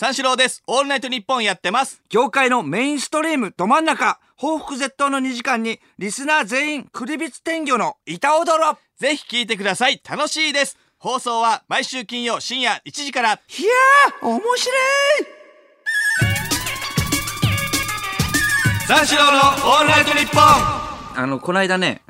三四郎です。オールナイトニッポンやってます。 業界のメインストリームど真ん中、報復絶倒の2時間にリスナー全員クリビツ天魚の板踊ろ。 ぜひ聞いてください。楽しいです。放送は毎週金曜深夜1時から。いやー面白い。 三四郎のオールナイトニッポン。 この間ね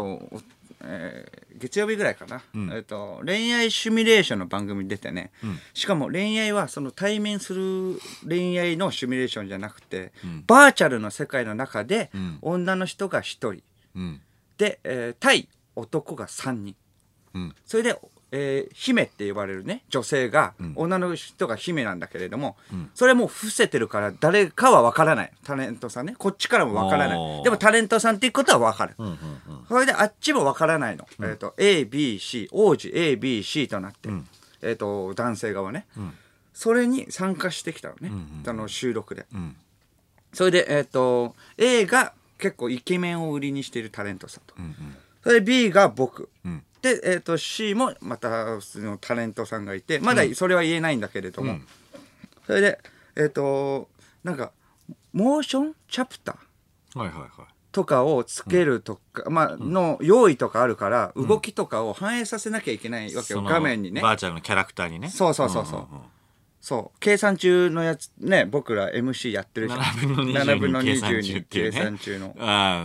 月曜日ぐらいかな、恋愛シミュレーションの番組に出てね、しかも恋愛はその対面する恋愛のシミュレーションじゃなくて、バーチャルの世界の中で、女の人が1人、で、対男が3人、それで、姫って呼ばれるね女性が、女の人が姫なんだけれども、それもう伏せてるから誰かは分からない。タレントさんね、こっちからも分からない。でもタレントさんっていうことは分かる、それであっちも分からないの、ABC 王子 ABC となって、男性側ね、それに参加してきたのね、収録で、それで、A が結構イケメンを売りにしているタレントさんと、それで B が僕、で、C もまた普通のタレントさんがいて、まだそれは言えないんだけれども、それでなんかモーションチャプターとかをつけるとか、の用意とかあるから、動きとかを反映させなきゃいけないわけよ、画面にね。 バーチャルのキャラクターにね。 そう、そう計算中のやつね、僕ら MC やってるじゃん。 7分の20に計算中の。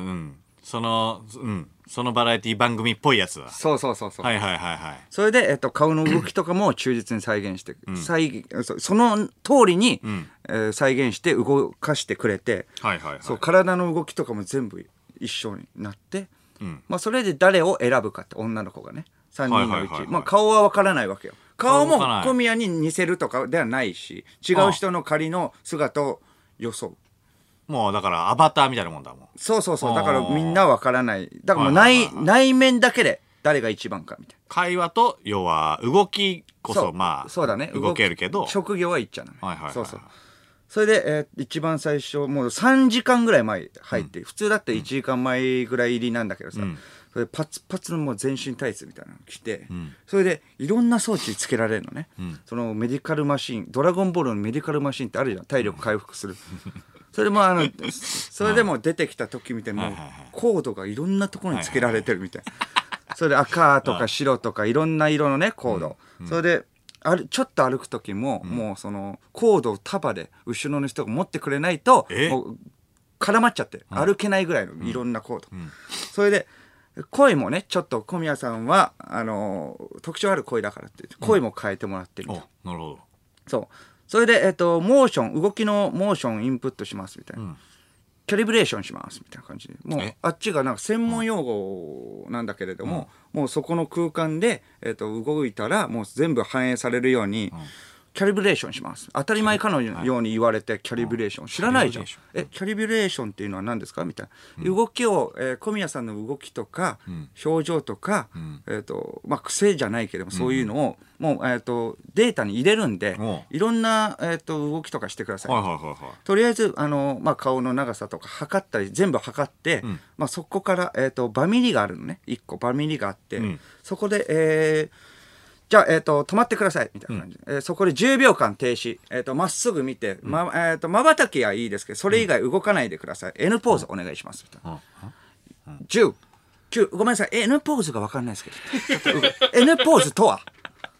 そのバラエティ番組っぽいやつだ。 そう。 はい。 それで、顔の動きとかも忠実に再現して、その通りに、再現して動かしてくれて、そう体の動きとかも全部一緒になって、それで誰を選ぶかって、女の子がね3人のうち、顔は分からないわけよ。顔も小宮に似せるとかではないし、違う人の仮の姿を装う。 もうだからアバターみたいなもんだもん。 そうだからみんなわからない。だからもう内面だけで誰が一番かみたいな。 会話と要は動きこそそうだね、 動けるけど職業は言っちゃうの。そうそれで、一番最初もう3時間ぐらい前入って、普通だって1時間前ぐらい入りなんだけどさ、それパツパツのもう全身タイツみたいなの着て、それでいろんな装置つけられるのね、そのメディカルマシン、ドラゴンボールのメディカルマシンってあるじゃん、体力回復するそれもそれでも出てきた時みたいにもうコードがいろんなところにつけられてるみたいな、それで赤とか白とかいろんな色のねコード、それでちょっと歩く時も、もうそのコードを束で後ろの人が持ってくれないともう絡まっちゃって歩けないぐらいのいろんなコード、それで声もね、ちょっと小宮さんは特徴ある声だからって声も変えてもらってるみたいな。 なるほど。 それでモーション、動きのモーションインプットしますみたいな、キャリブレーションしますみたいな感じで、もうあっちがなんか専門用語なんだけれども、もうそこの空間で、動いたらもう全部反映されるように、キャリブレーションします。当たり前かのように言われて、キャリブレーション知らないじゃん。キャリブレーションっていうのは何ですかみたいな、動きを、小宮さんの動きとか、表情とか、癖じゃないけどもそういうのを、もう、データに入れるんで、いろんな、動きとかしてください。とりあえず顔の長さとか測ったり全部測って、そこから、バミリがあるのね、1個バミリがあって、そこで、じゃあ、止まってくださいみたいな感じで、そこで10秒間停止、まっすぐ見て、まばたきはいいですけどそれ以外動かないでください、N ポーズお願いしますみたいな、10、9、ごめんなさい N ポーズが分かんないですけどN ポーズとは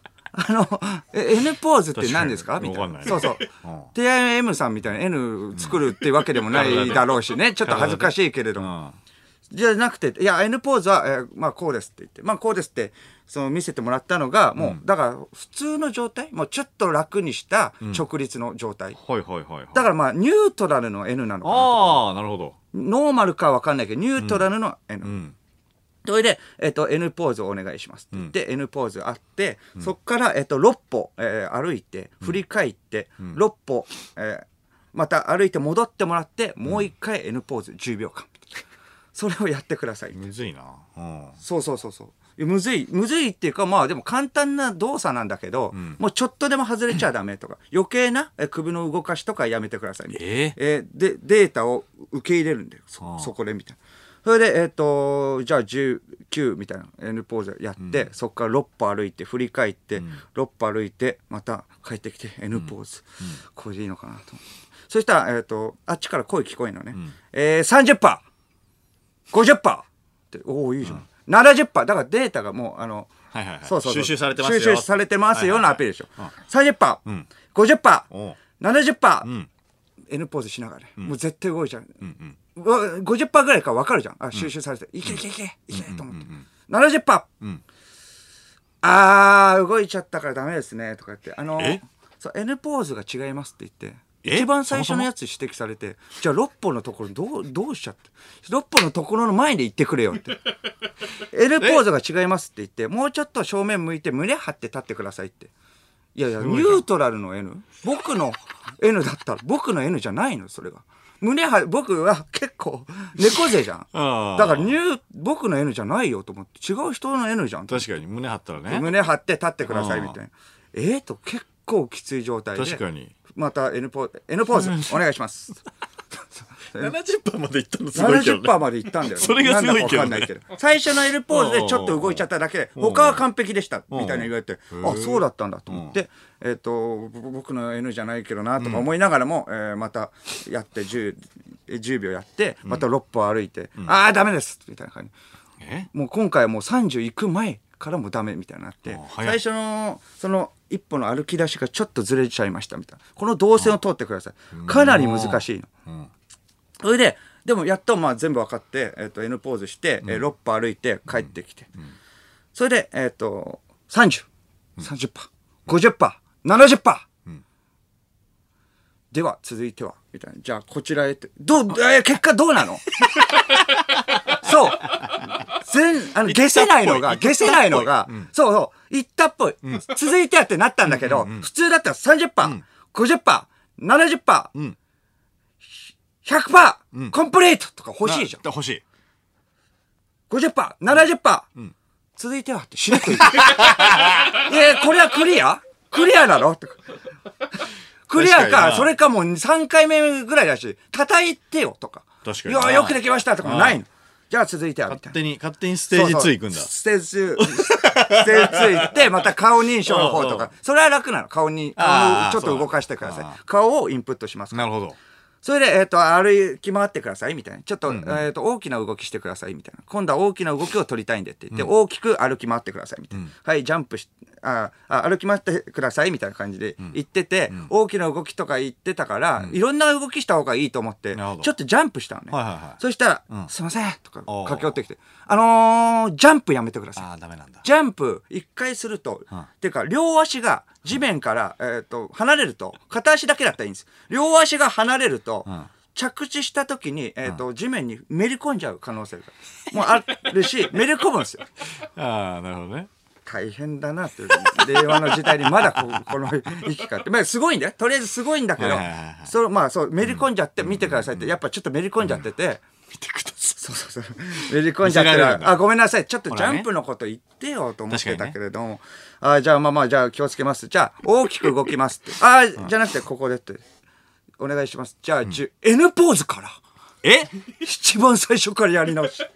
N ポーズって何ですかみたいな。TIM さんみたいな N 作るってわけでもないだろうしね、ちょっと恥ずかしいけれども、じゃなくて、いや N ポーズは、こうですって言って、こうですって見せてもらったのが、もうだから普通の状態、もうちょっと楽にした直立の状態、だからニュートラルの N なのかな。 なるほど。 ノーマルかは分かんないけどニュートラルの N、それで、N ポーズをお願いしますって言って、N ポーズあって、そこから、6歩、歩いて振り返って、6歩、また歩いて戻ってもらって、もう一回 N ポーズ10秒間、それをやってください。 むずいな。 そうむずいっていうか、でも簡単な動作なんだけど、もうちょっとでも外れちゃダメとか余計な首の動かしとかやめてください、でデータを受け入れるんだよ、そこでみたいな。 それでじゃあ19みたいな N ポーズやって、そこから6歩歩いて振り返って、6歩歩いてまた帰ってきて N ポーズ、これでいいのかなと。そしたら、あっちから声聞こえるのね、30%、50%って、おおいいじゃん、70%、だからデータがもうそう収集されてますよ、 収集されてますよのアピールでしょ。30%、50%、70%、N ポーズしながら、もう絶対動いちゃう。50% ぐらいから分かるじゃん。あ、収集されて、いけいけいけいけと思って。70%、動いちゃったからダメですねとか言って、そう N ポーズが違いますって言って。一番最初のやつ指摘されて、じゃあ6歩のところどうしちゃって6歩のところの前で言ってくれよって。N ポーズが違いますって言って、もうちょっと正面向いて胸張って立ってくださいって。いやいや、ニュートラルの N、 僕の N だったら僕の N じゃないのそれが。僕は結構猫背じゃん。だから僕の N じゃないよと思って、違う人の N じゃん。 確かに胸張ったらね、 胸張って立ってくださいみたいな。と結構きつい状態で、 確かにまた N ポーズお願いします。 70% までいったのすごいけどね。 70% までいったんだよ。 それがすごいけどね。 なんだか分かんないけど、最初の N ポーズでちょっと動いちゃっただけで、他は完璧でしたみたいな言われて、あ、そうだったんだと思って、僕の N じゃないけどなとか思いながらも、またやって10秒やってまた6歩歩いて、ああダメですみたいな感じ。もう今回はもう30行く前からもダメみたいになって、最初のその一歩の歩き出しがちょっとずれちゃいましたみたいな。この動線を通ってください。かなり難しいの。それででもやっとまあ全部分かって、N ポーズして、6歩歩いて帰ってきて、それで30%、50%、70%、では続いてはみたいな。じゃあこちらへって結果どうなの？そう消せないのがそう言ったっぽい、続いてはってなったんだけど、普通だったら 30%、50%、70%、100%、コンプリートとか欲しいじゃん。 欲しい。 50%、70%、続いてはってしれっと言って。これはクリアなの？クリアか、それかもう3回目ぐらいだし、叩いてよとか。 確かに。 いや、よくできましたとかもないの。じゃあ続いてはみたいな。 勝手にステージ2行くんだ。 ステージ2行って、また顔認証の方とか。それは楽なの。顔ちょっと動かしてください。顔をインプットしますから。 なるほど。 それで、歩き回ってくださいみたいな。ちょっと、大きな動きしてくださいみたいな。今度は大きな動きを取りたいんでって言って、大きく歩き回ってくださいみたいな。はい、ジャンプ歩き回ってくださいみたいな感じで言ってて、大きな動きとか言ってたから、いろんな動きした方がいいと思って、ちょっとジャンプしたのね。そしたら、すいませんとか駆け寄ってきて、ジャンプやめてください。 ダメなんだ。 ジャンプ1回すると、っていうか、両足が地面から、離れると、片足だけだったらいいんです。両足が離れると、着地した時に、地面にめり込んじゃう可能性がもうあるし、めり込むんですよ。 なるほどね。 大変だなって令和の時代にまだこの生き方って、まあ、すごいんだよ。とりあえずすごいんだけど、めり込んじゃって見てくださいって、やっぱちょっとめり込んじゃってて、 見てください。 そうめり込んじゃってら、ごめんなさい、ちょっとジャンプのこと言ってよと思ってたけれども、じゃあじゃあ気をつけます。じゃあ大きく動きますって。じゃなくてここでってお願いします。じゃあN ポーズから。一番最初からやり直し。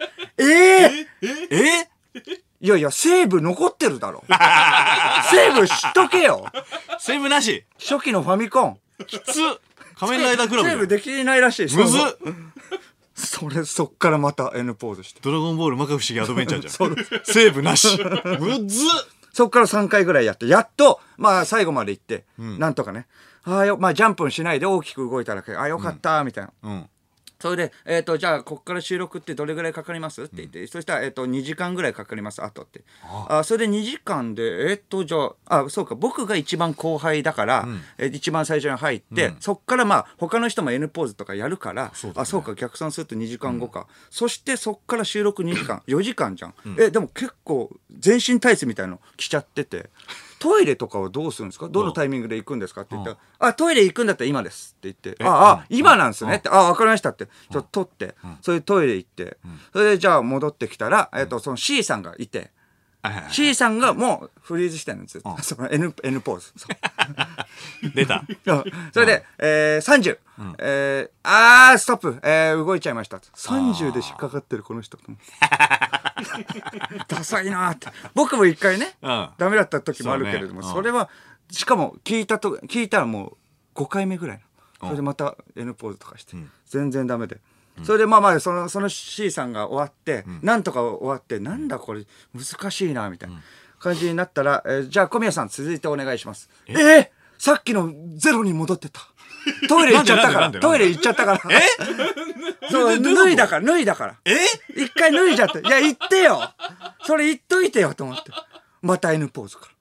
いやいや、セーブ残ってるだろ。セーブしとけよ。 セーブなし。 初期のファミコン。 きつ。仮面ライダークラブ。 セーブできないらしい。 むずっ。 そっからまた N ポーズして。 ドラゴンボール摩訶不思議アドベンチャーじゃん。セーブなし。むずっ。 そっから3回ぐらいやって、やっと、最後まで行って、なんとかね。ジャンプしないで大きく動いただけ。よかった、みたいな。それで、じゃあここから収録ってどれぐらいかかりますって言って、そしたら、2時間ぐらいかかりますあとって。それで2時間でじゃあそうか、僕が一番後輩だから、一番最初に入って、そっから他の人も N ポーズとかやるから、そうか、逆算すると2時間後か、そしてそっから収録2時間4時間じゃん。でも結構全身体操みたいの来ちゃってて、トイレとかはどうするんですか、どのタイミングで行くんですかって言ったら、トイレ行くんだったら今ですって言って、今なんですねって、分かりましたって、ちょっと取って、それでトイレ行って、それでじゃあ戻ってきたら、その C さんがいて、 はいはいはい C さんがもうフリーズしてるんですよ、その N ポーズ。そう出た。 それで、30、ストップ、動いちゃいました。30で引っかかってるこの人と思ってダサいなって。僕も一回ね、ダメだった時もあるけれども、それはしかも聞いたらもう5回目ぐらいの、それでまた N ポーズとかして、全然ダメで、それでまあその C さんが終わって、なんとか終わって、なんだこれ難しいなみたいな感じになったら、じゃあ小宮さん続いてお願いします。さっきのゼロに戻ってた。トイレ行っちゃったから。トイレ行っちゃったから。そう、脱いだから。一回脱いじゃって。いや、言ってよ。それ言っといてよと思って。また N ポーズから。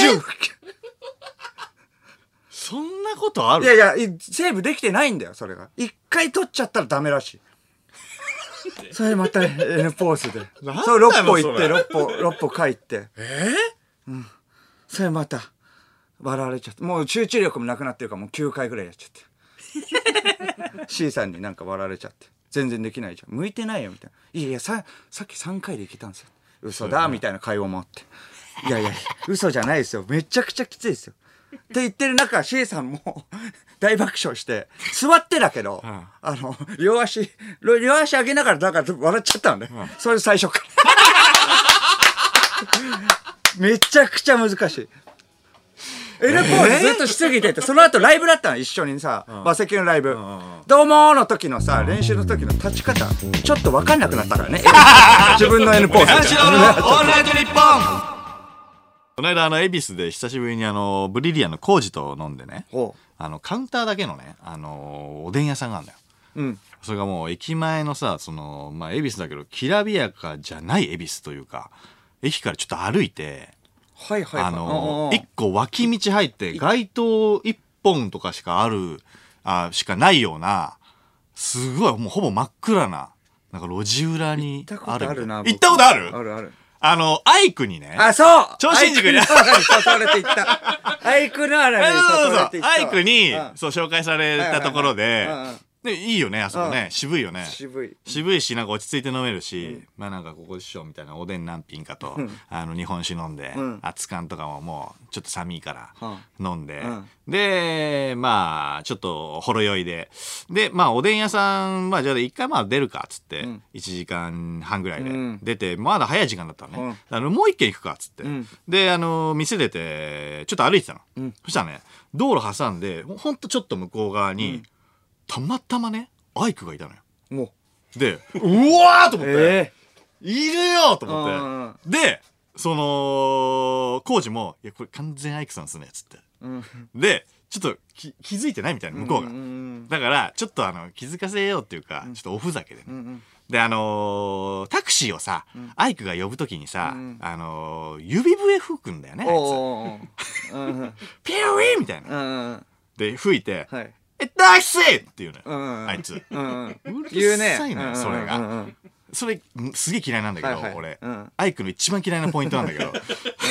そんなことある？ いや、セーブできてないんだよ、それが。一回取っちゃったらダメらしい。それまた N ポーズで。それ6歩行って、6歩帰って。それまた。笑われちゃって、もう集中力もなくなってるから、もう9回ぐらいやっちゃって C さんになんか笑われちゃって、全然できないじゃん、向いてないよみたいな。いやさっき3回でいけたんですよ、嘘だみたいな会話もあって、いや嘘じゃないですよ、めちゃくちゃきついですよって言ってる中、 C さんも大爆笑して、座ってだけど、両足上げながらだから笑っちゃったのね、それ最初からめちゃくちゃ難しい。N ポーズずっとしすぎてて、その後ライブだったの、一緒にさ、馬石のライブ、どうもーの時のさ、練習の時の立ち方ちょっと分かんなくなったからね自分の N ポーズ三四郎のオールナイトニッポン。この間恵比寿で久しぶりにブリリアンのコージと飲んでね、カウンターだけのねおでん屋さんがあるんだよ、それがもう駅前のさ、恵比寿だけどきらびやかじゃない恵比寿というか、駅からちょっと歩いて、一個脇道入って街灯一本とかしかないような、すごいもうほぼ真っ暗な、なんか路地裏にある。行ったことあるな。行ったことある？ある。アイクにね。 そう超新宿に誘われて行った。アイクのあらに誘われて行った。 アイクに紹介されたところで、いいよね、あそこね、渋いよね。渋いし、なんか落ち着いて飲めるし、まあなんかここでしょみたいな、おでん何品かと、日本酒飲んで、熱燗とかももうちょっと寒いから飲んで、で、まあちょっとほろ酔いで、まあおでん屋さん、まあじゃあ一回まあ出るかっつって、1時間半ぐらいで出て、まだ早い時間だったのね。もう一軒行くかっつって。で、店出て、ちょっと歩いてたの。そしたらね、道路挟んで、ほんとちょっと向こう側に、たまたまね、アイクがいたのよ。で、うわーと思って、いるよと思って。で、コージも、いや、これ完全アイクさんですね、つって。で、ちょっと気づいてないみたいな、向こうが。だから、ちょっと気づかせようっていうか、ちょっとおふざけでね。で、タクシーをさ、アイクが呼ぶときにさ、指笛吹くんだよね、あいつ。ピューイみたいな。で、吹いて、タクシーっていうのよ、あいつ。うるさいのよ、それが。それ、すげえ嫌いなんだけど、俺。アイクの一番嫌いなポイントなんだけど。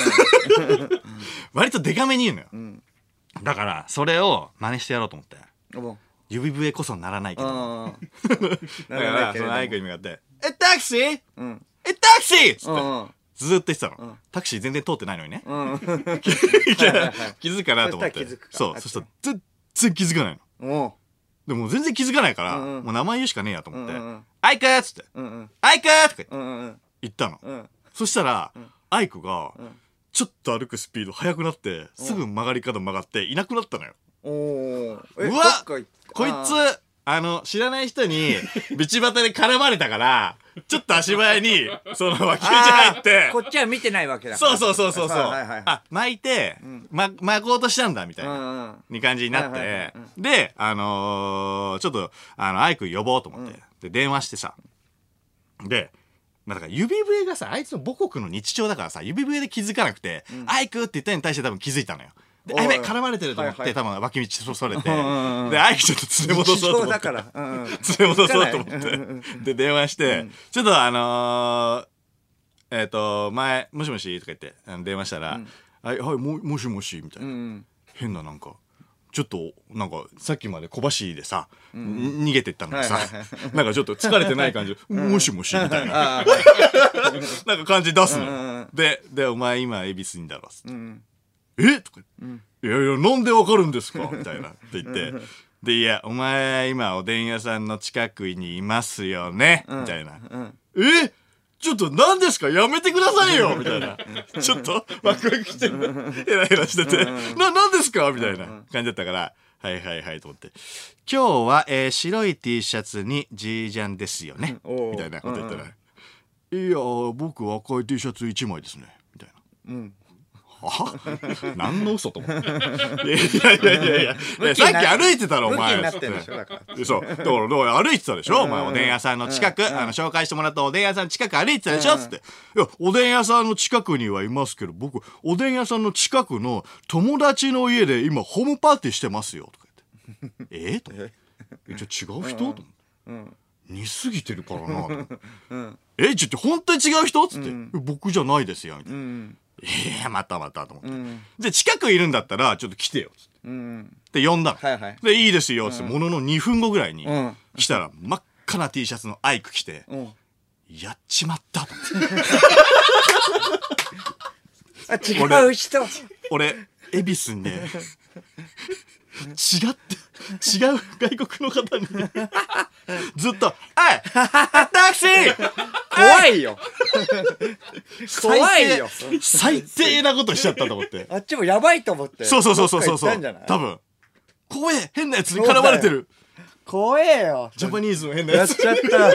割とデカめに言うのよ。だから、それを真似してやろうと思って。指笛こそならないけど。だから、そのアイクに向かって、タクシータクシーっつって。ずっと言ってたの。タクシー全然通ってないのにね。気づくかなと思って。そう、そしたら全然気づかないの。でも全然気づかないから、もう名前言うしかねえやと思って、アイクっつって、アイクとか言ったの。そしたら、アイクが、ちょっと歩くスピード速くなって、すぐ曲がり角曲がっていなくなったのよ。うわ、こいつ、知らない人に、道端で絡まれたから、ちょっと足早に、脇道入って。 こっちは見てないわけだから。 そう。巻いて、巻こうとしたんだ、みたいな、感じになって。で、ちょっと、アイク呼ぼうと思って。で、電話してさ。で、だから指笛がさ、あいつの母国の日常だからさ、指笛で気づかなくて、アイクって言ったのに対して多分気づいたのよ。で、やべ、絡まれてると思って、多分脇道それて、で、アイクちょっと連れ戻そうと思って。連れ戻そうと思って。で、電話して、ちょっと前、もしもしとか言って、電話したら、はい、もしもしみたいな。変ななんか、 ちょっとなんかさっきまで小走りでさ、逃げてったのにさ、なんかちょっと疲れてない感じでもしもしみたいななんか感じ出すの。でお前今恵比寿にだろっつって、えとか、いやいやなんでわかるんですかみたいなって言ってで、いやお前今おでん屋さんの近くにいますよねみたいな、ちょっと何ですかやめてくださいよみたいなちょっとワクワクしてヘラヘラしてて何ですかみたいな感じだったからはいはいはいと思って今日は、白い T シャツにジージャンですよねみたいなこと言ったらいや僕は赤い T シャツ1枚ですねみたいなは何の嘘と思っていやさっき歩いてたろお前そうだから歩いてたでしょお前おでん屋さんの近く紹介してもらったおでん屋さんの近く歩いてたでしょつっていやおでん屋さんの近くにはいますけど僕おでん屋さんの近くの友達の家で今ホームパーティーしてますよとか言ってとじゃあ違う人と思って似すぎてるからなと思ってちょっと本当に違う人つって僕じゃないですよみたいないやまたまたと思って、じゃあ近くいるんだったらちょっと来てよっつって、で呼んだの、でいいですよっつってものの2分後ぐらいに来たら真っ赤な T シャツのアイク着てやっちまったと思って違う人俺恵比寿にね違う外国の方にずっと「おいタクシー!」 怖いよ怖いよ最低なことしちゃったと思ってあっちもやばいと思ってそう多分怖え変なやつに絡まれてる怖えよジャパニーズの変なやつやっちゃ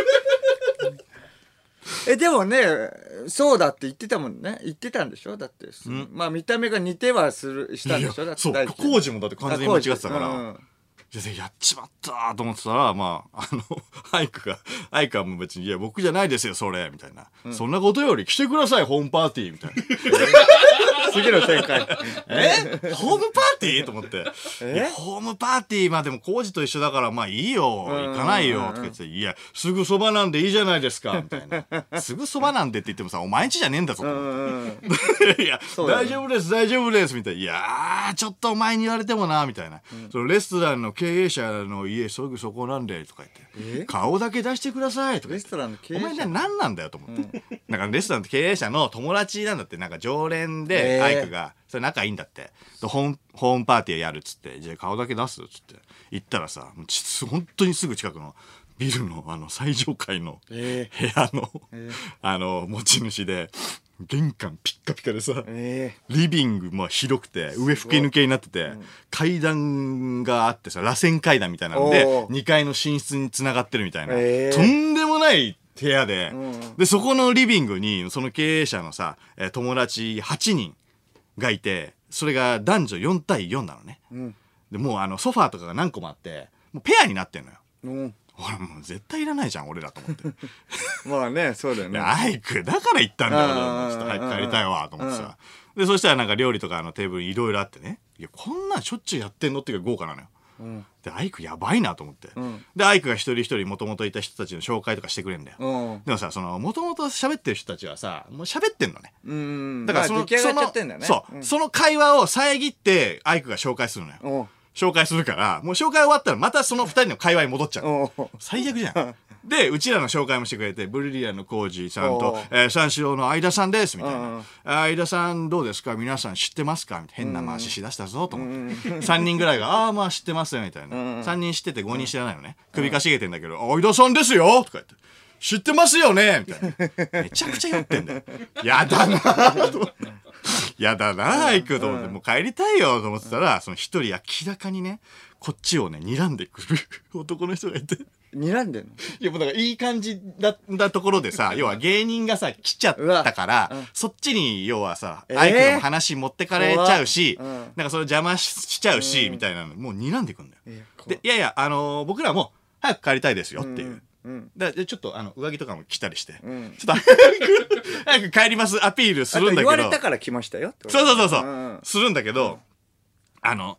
ったでもねそうだって言ってたもんね言ってたんでしょだってまあ見た目が似てはしたんでしょだってそう工事もだって完全に間違ってたからやっちまったと思ってたらまあアイクはもう別にいや僕じゃないですよそれみたいな、そんなことより来てくださいホームパーティーみたいな次の展開ホームパーティーと思ってホームパーティーまあでも工事と一緒だからまあいいよ行かないよとか言っていやすぐそばなんでいいじゃないですかみたいなすぐそばなんでって言ってもさお前んちじゃねえんだぞといや大丈夫ですみたいないやちょっとお前に言われてもなみたいなそのレストランの経営者の家すぐそこなんでとか言って顔だけ出してくださいとかレストランの経営者お前何なんだよと思ってなんかレストランの経営者の友達なんだってなんか常連でアイクがそれ仲いいんだってホームパーティーやるっつってじゃあ顔だけ出すっつって行ったらさ本当にすぐ近くのビルの最上階の部屋の持ち主で玄関ピッカピカでさ、リビングも広くて上吹き抜けになってて、階段があってさ螺旋階段みたいなので2階の寝室に繋がってるみたいな、とんでもない部屋で、でそこのリビングにその経営者のさ友達8人がいてそれが男女4対4なのね、でもうソファーとかが何個もあってもうペアになってんのよ、俺もう絶対いらないじゃん俺らと思ってまあねそうだよねアイクだから行ったんだよちょっと早く帰りたいわと思ってさでそしたらなんか料理とかテーブルいろいろあってねいやこんなんしょっちゅうやってんのっていうか豪華なのよ、でアイクやばいなと思って、でアイクが一人一人もともといた人たちの紹介とかしてくれるんだよ、でもさもともと喋ってる人たちはさもう喋ってんのね、だから出来上がっちゃってんだよねその会話を遮ってアイクが紹介するのよ、紹介するからもう紹介終わったらまたその2人の会話に戻っちゃう最悪じゃんでうちらの紹介もしてくれてブリリアンのコージさんと三四郎の相田さんですみたいな相田さんどうですか皆さん知ってますかみたいな変な回ししだしたぞと思って3人ぐらいがああまあ知ってますよみたいな3人知ってて5人知らないのね首かしげてんだけど相田さんですよとか言って知ってますよねみたいなめちゃくちゃ酔ってんだよやだなと思ってやだなアイクと思ってもう帰りたいよと思ってたらその一人明らかにねこっちをね睨んでくる男の人がいて睨んでんのいやもうだからいい感じだところでさ要は芸人がさ来ちゃったから、そっちに要はさ、アイクの話持ってかれちゃうし、なんかそれ邪魔しちゃうし、みたいなのもう睨んでくんだよ、でいやいや僕らも早く帰りたいですよっていう、でちょっと上着とかも着たりして、ちょっと早く帰りますアピールするんだけど言われたから来ましたよそうするんだけど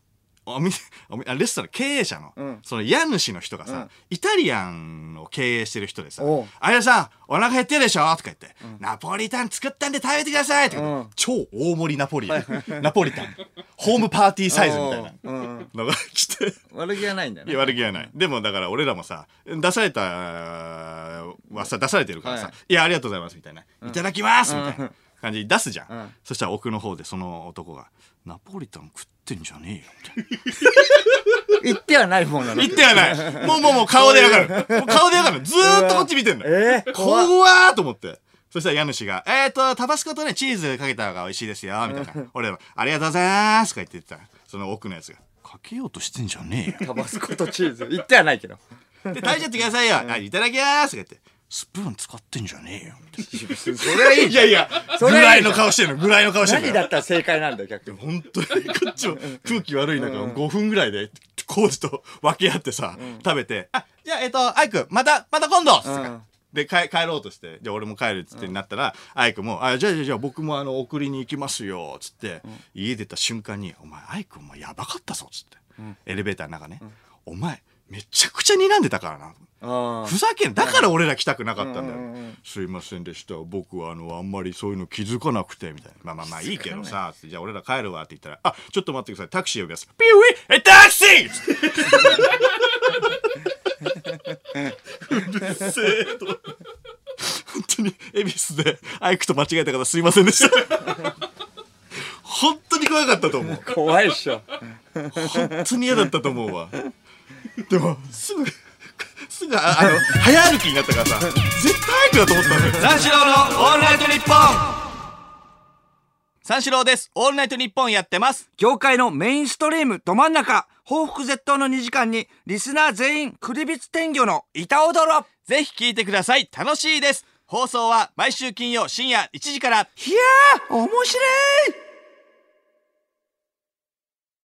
レストラン経営者の、その家主の人がさ、イタリアンを経営してる人でさ「相田さんお腹減ってるでしょ?」とか言って「ナポリタン作ったんで食べてください」とか超大盛りナポリタンホームパーティーサイズみたいなのが来て悪気はないんだよね。 いや悪気はない。でもだから俺らもさ出されてるからさ「いやありがとうございます」みたいな「いただきます」みたいな感じに出すじゃん。そしたら奥の方でその男が「ナポリタン食ってんじゃねえよ」みたいな。 言ってはない方なの。 言ってはない。もう顔でわかる。もう顔でわかる。ずーっとこっち見てんの。怖ーと思って。そしたら家主がタバスコとねチーズかけた方が美味しいですよみたいな。俺はありがとうございますとか言ってた。その奥のやつがかけようとしてんじゃねえよ。 タバスコとチーズ言ってはないけど。 で食べちゃってくださいよ。いただきますとか言って。スプーン使ってんじゃねえよみたいな。 それはいい。 いやぐらいの顔してるの。ぐらいの顔してるの。 何だったら正解なんだよ逆に。 本当にこっちも空気悪い中5分ぐらいでコーチと分け合ってさ食べて「じゃあアイクまた今度」で帰ろうとして「じゃあ俺も帰る」っつってなったらアイクも「じゃあ僕も送りに行きますよ」っつって家出た瞬間に「お前アイクお前やばかったぞ」っつってエレベーターの中ね「お前めちゃくちゃ睨んでたからな」ふざけんだから俺ら来たくなかったんだよ。すいませんでした僕はあんまりそういうの気づかなくてみたいな。まあいいけどさじゃあ俺ら帰るわって言ったらちょっと待ってくださいタクシー呼びますピューイタクシーうるせえと本当に恵比寿でアイクと間違えた方すいませんでした本当に怖かったと思う。 怖いっしょ。 本当に嫌だったと思うわ。でもすぐ早歩きになったからさ絶対アイクだと思ったんだよ。三四郎のオールナイトニッポン。三四郎です。オールナイトニッポンやってます。 業界のメインストリームど真ん中報復絶倒の2時間にリスナー全員クリビツ天魚の板踊ろ。 ぜひ聞いてください。楽しいです。放送は毎週金曜深夜1時から。いやー面白い。